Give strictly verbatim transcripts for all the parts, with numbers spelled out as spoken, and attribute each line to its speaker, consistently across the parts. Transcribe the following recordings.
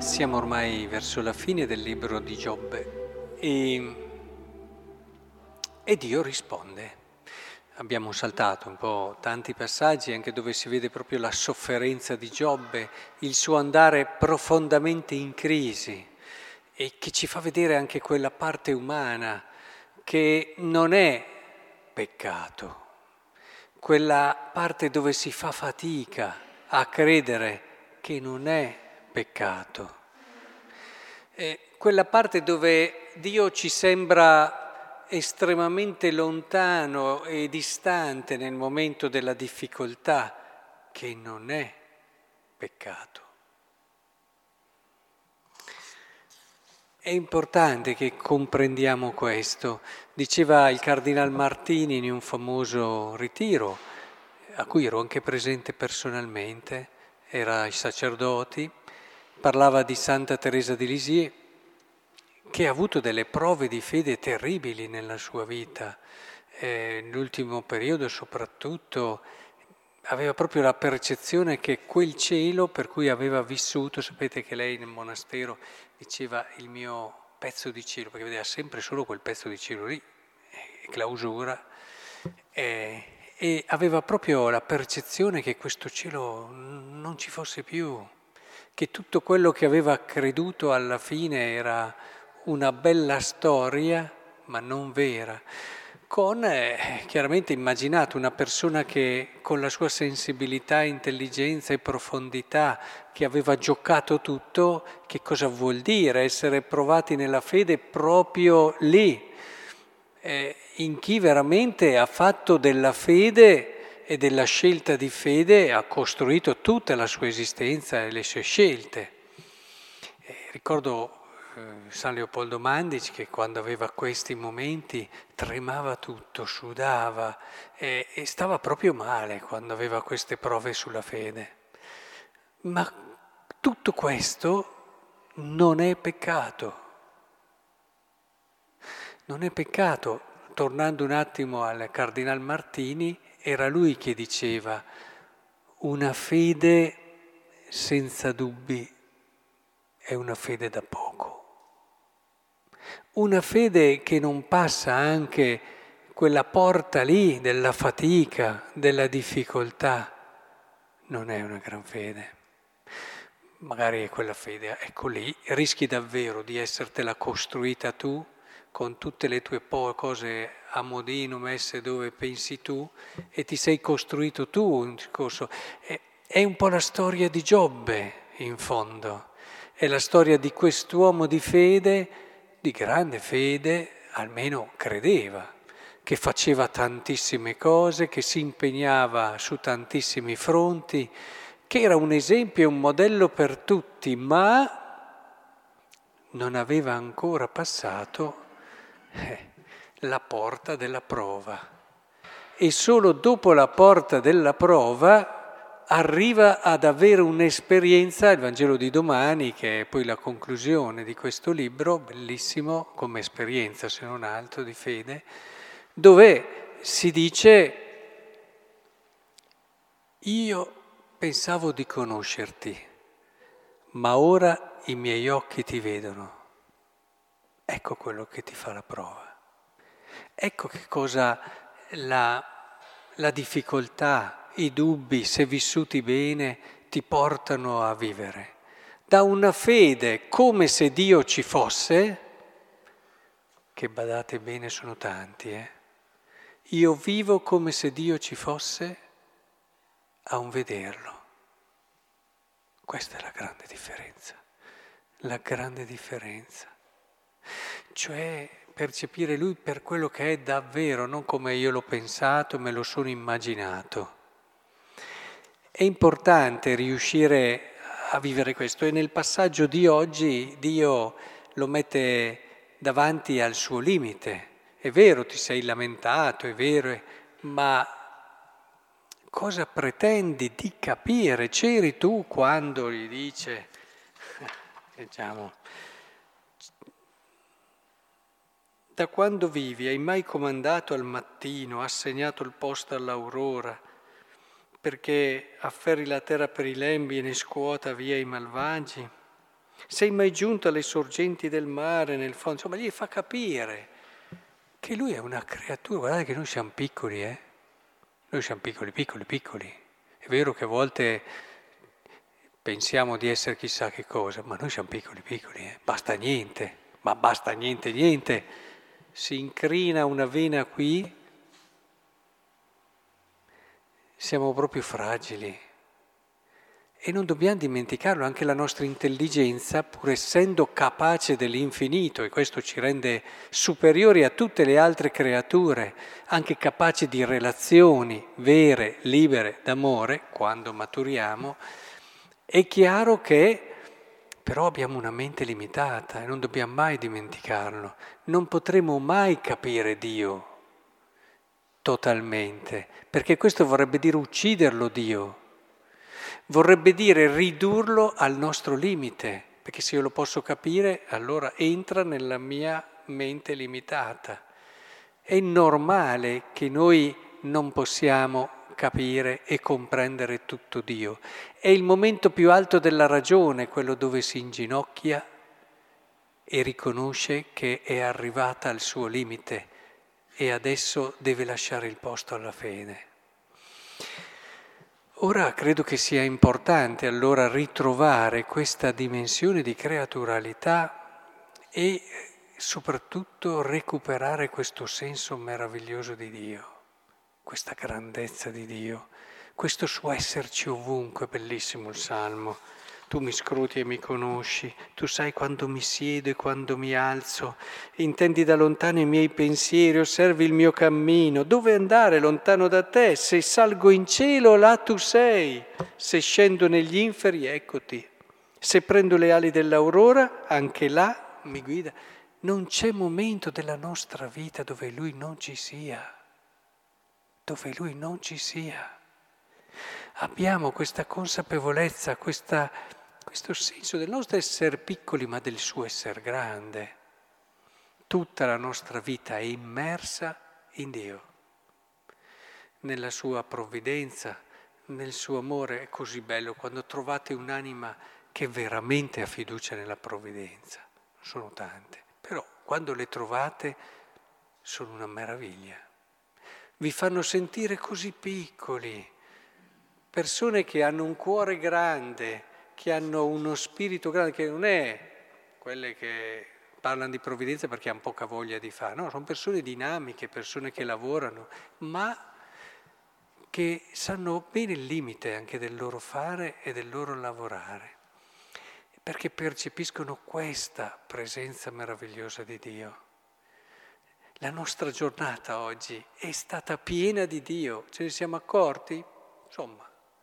Speaker 1: Siamo ormai verso la fine del libro di Giobbe e, e Dio risponde. Abbiamo saltato un po' tanti passaggi anche dove si vede proprio la sofferenza di Giobbe, il suo andare profondamente in crisi e che ci fa vedere anche quella parte umana che non è peccato, quella parte dove si fa fatica a credere che non è peccato. È quella parte dove Dio ci sembra estremamente lontano e distante nel momento della difficoltà, che non è peccato. È importante che comprendiamo questo. Diceva il Cardinal Martini in un famoso ritiro, a cui ero anche presente personalmente, era ai sacerdoti, parlava di Santa Teresa di Lisieux, che ha avuto delle prove di fede terribili nella sua vita. Eh, nell'ultimo periodo soprattutto aveva proprio la percezione che quel cielo per cui aveva vissuto, sapete che lei nel monastero diceva il mio pezzo di cielo, perché vedeva sempre solo quel pezzo di cielo lì, eh, clausura, eh, e aveva proprio la percezione che questo cielo non ci fosse più, che tutto quello che aveva creduto alla fine era una bella storia, ma non vera, con eh, chiaramente immaginato una persona che con la sua sensibilità, intelligenza e profondità, che aveva giocato tutto, che cosa vuol dire essere provati nella fede proprio lì, eh, in chi veramente ha fatto della fede e della scelta di fede, ha costruito tutta la sua esistenza e le sue scelte. Eh, ricordo San Leopoldo Mandic che quando aveva questi momenti tremava tutto, sudava e, e stava proprio male quando aveva queste prove sulla fede. Ma tutto questo non è peccato. Non è peccato. Tornando un attimo al Cardinal Martini, era lui che diceva: una fede senza dubbi è una fede da poco. Una fede che non passa anche quella porta lì della fatica, della difficoltà, non è una gran fede. Magari è quella fede, ecco lì, rischi davvero di essertela costruita tu, con tutte le tue po- cose a modino messe dove pensi tu, e ti sei costruito tu un discorso. È, è un po' la storia di Giobbe, in fondo. È la storia di quest'uomo di fede, di grande fede, almeno credeva, che faceva tantissime cose, che si impegnava su tantissimi fronti, che era un esempio e un modello per tutti, ma non aveva ancora passato eh, la porta della prova. E solo dopo la porta della prova arriva ad avere un'esperienza, il Vangelo di domani, che è poi la conclusione di questo libro, bellissimo come esperienza se non altro di fede, dove si dice: io pensavo di conoscerti, ma ora i miei occhi ti vedono. Ecco quello che ti fa la prova. Ecco che cosa la, la difficoltà, i dubbi, se vissuti bene, ti portano a vivere. Da una fede come se Dio ci fosse, che badate bene sono tanti, eh? Io vivo come se Dio ci fosse, a un vederlo. Questa è la grande differenza, la grande differenza. Cioè percepire Lui per quello che è davvero, non come io l'ho pensato, me lo sono immaginato. È importante riuscire a vivere questo e nel passaggio di oggi Dio lo mette davanti al suo limite. È vero, ti sei lamentato, è vero, ma cosa pretendi di capire? C'eri tu quando gli dice, diciamo, da quando vivi hai mai comandato al mattino, assegnato il posto all'aurora, perché afferri la terra per i lembi e ne scuota via i malvagi? Sei mai giunto alle sorgenti del mare, nel fondo? Insomma, gli fa capire che lui è una creatura. Guardate che noi siamo piccoli, eh? Noi siamo piccoli, piccoli, piccoli. È vero che a volte pensiamo di essere chissà che cosa, ma noi siamo piccoli, piccoli, eh? Basta niente, ma basta niente, niente. Si incrina una vena qui, siamo proprio fragili. E non dobbiamo dimenticarlo, anche la nostra intelligenza, pur essendo capace dell'infinito, e questo ci rende superiori a tutte le altre creature, anche capaci di relazioni vere, libere, d'amore, quando maturiamo, è chiaro che però abbiamo una mente limitata e non dobbiamo mai dimenticarlo. Non potremo mai capire Dio totalmente, perché questo vorrebbe dire ucciderlo Dio. Vorrebbe dire ridurlo al nostro limite, perché se io lo posso capire, allora entra nella mia mente limitata. È normale che noi non possiamo capire e comprendere tutto Dio. È il momento più alto della ragione, quello dove si inginocchia e riconosce che è arrivata al suo limite e adesso deve lasciare il posto alla fede. Ora credo che sia importante allora ritrovare questa dimensione di creaturalità e soprattutto recuperare questo senso meraviglioso di Dio, questa grandezza di Dio, questo suo esserci ovunque, bellissimo il Salmo. Tu mi scruti e mi conosci, tu sai quando mi siedo e quando mi alzo, intendi da lontano i miei pensieri, osservi il mio cammino. Dove andare lontano da te? Se salgo in cielo, là tu sei. Se scendo negli inferi, eccoti. Se prendo le ali dell'aurora, anche là mi guida. Non c'è momento della nostra vita dove Lui non ci sia, dove Lui non ci sia. Abbiamo questa consapevolezza, questa, questo senso del nostro essere piccoli, ma del suo essere grande. Tutta la nostra vita è immersa in Dio, nella sua provvidenza, nel suo amore. È così bello quando trovate un'anima che veramente ha fiducia nella provvidenza. Sono tante, però quando le trovate sono una meraviglia. Vi fanno sentire così piccoli. Persone che hanno un cuore grande, che hanno uno spirito grande, che non è quelle che parlano di provvidenza perché hanno poca voglia di fare, no, sono persone dinamiche, persone che lavorano, ma che sanno bene il limite anche del loro fare e del loro lavorare, perché percepiscono questa presenza meravigliosa di Dio. La nostra giornata oggi è stata piena di Dio, ce ne siamo accorti? Insomma,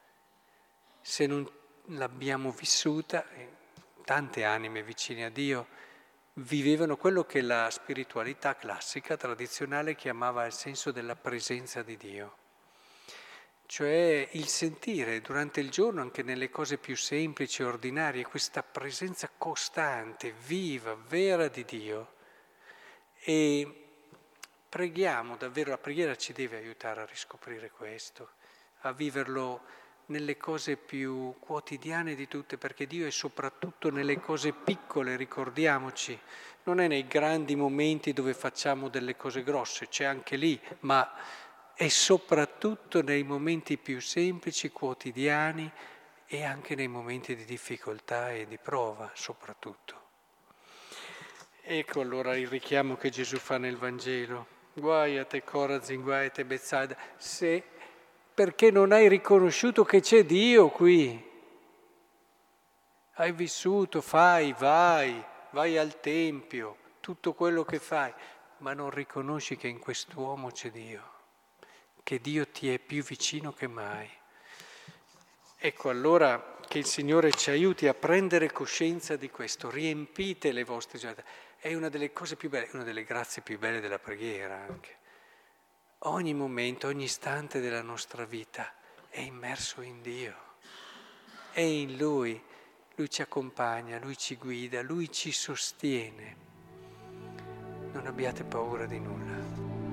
Speaker 1: se non l'abbiamo vissuta, tante anime vicine a Dio vivevano quello che la spiritualità classica, tradizionale, chiamava il senso della presenza di Dio. Cioè il sentire durante il giorno, anche nelle cose più semplici e ordinarie, questa presenza costante, viva, vera di Dio. E preghiamo davvero, la preghiera ci deve aiutare a riscoprire questo, a viverlo nelle cose più quotidiane di tutte, perché Dio è soprattutto nelle cose piccole, ricordiamoci, non è nei grandi momenti dove facciamo delle cose grosse, c'è anche lì, ma è soprattutto nei momenti più semplici, quotidiani e anche nei momenti di difficoltà e di prova, soprattutto. Ecco allora il richiamo che Gesù fa nel Vangelo. Guai a te Corazin, guai a te Betsaida, se perché non hai riconosciuto che c'è Dio qui. Hai vissuto, fai, vai, vai al Tempio, tutto quello che fai, ma non riconosci che in quest'uomo c'è Dio, che Dio ti è più vicino che mai. Ecco allora che il Signore ci aiuti a prendere coscienza di questo, riempite le vostre giornate. È una delle cose più belle, una delle grazie più belle della preghiera anche. Ogni momento, ogni istante della nostra vita è immerso in Dio, è in Lui, Lui ci accompagna, Lui ci guida, Lui ci sostiene. Non abbiate paura di nulla.